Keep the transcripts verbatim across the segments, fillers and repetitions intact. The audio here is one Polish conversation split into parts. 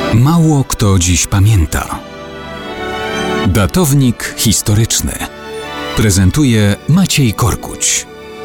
Mało kto dziś pamięta. Datownik historyczny prezentuje Maciej Korkuć.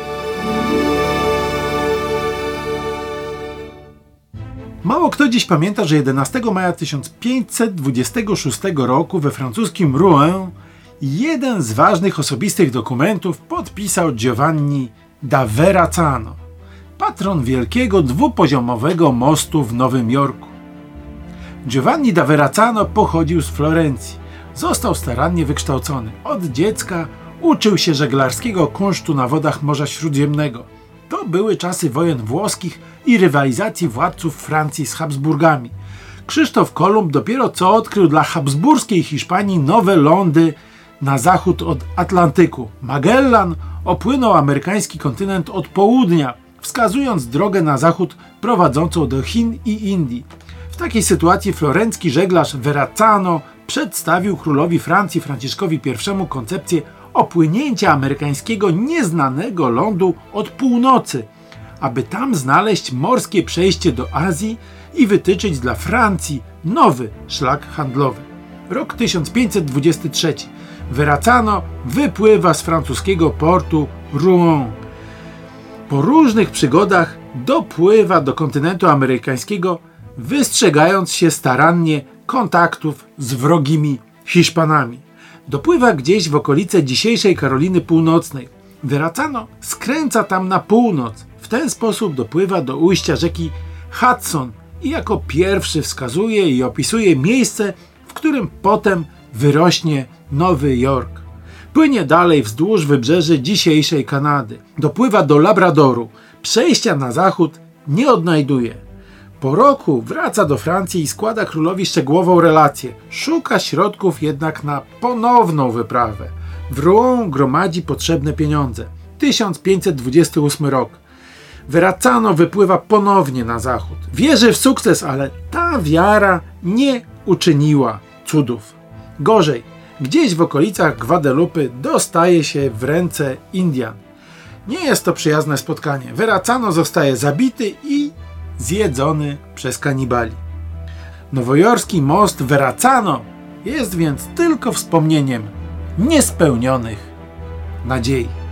Mało kto dziś pamięta, że jedenastego maja tysiąc pięćset dwudziestego szóstego roku we francuskim Rouen jeden z ważnych osobistych dokumentów podpisał Giovanni da Verrazzano, patron wielkiego dwupoziomowego mostu w Nowym Jorku. Giovanni da Verrazzano pochodził z Florencji. Został starannie wykształcony. Od dziecka uczył się żeglarskiego kunsztu na wodach Morza Śródziemnego. To były czasy wojen włoskich i rywalizacji władców Francji z Habsburgami. Krzysztof Kolumb dopiero co odkrył dla habsburskiej Hiszpanii nowe lądy na zachód od Atlantyku. Magellan opłynął amerykański kontynent od południa, wskazując drogę na zachód prowadzącą do Chin i Indii. W takiej sytuacji florencki żeglarz Verrazzano przedstawił królowi Francji Franciszkowi I koncepcję opłynięcia amerykańskiego nieznanego lądu od północy, aby tam znaleźć morskie przejście do Azji i wytyczyć dla Francji nowy szlak handlowy. Rok tysiąc pięćset dwudziesty trzeci. Verrazzano wypływa z francuskiego portu Rouen. Po różnych przygodach dopływa do kontynentu amerykańskiego, wystrzegając się starannie kontaktów z wrogimi Hiszpanami. Dopływa gdzieś w okolice dzisiejszej Karoliny Północnej. Verrazzano skręca tam na północ. W ten sposób dopływa do ujścia rzeki Hudson i jako pierwszy wskazuje i opisuje miejsce, w którym potem wyrośnie Nowy Jork. Płynie dalej wzdłuż wybrzeży dzisiejszej Kanady. Dopływa do Labradoru. Przejścia na zachód nie odnajduje. Po roku wraca do Francji i składa królowi szczegółową relację. Szuka środków jednak na ponowną wyprawę. W Rouen gromadzi potrzebne pieniądze. tysiąc pięćset dwudziesty ósmy rok. Verrazzano wypływa ponownie na zachód. Wierzy w sukces, ale ta wiara nie uczyniła cudów. Gorzej, gdzieś w okolicach Gwadelupy dostaje się w ręce Indian. Nie jest to przyjazne spotkanie. Verrazzano zostaje zabity i zjedzony przez kanibali. Nowojorski most Verrazzano jest więc tylko wspomnieniem niespełnionych nadziei.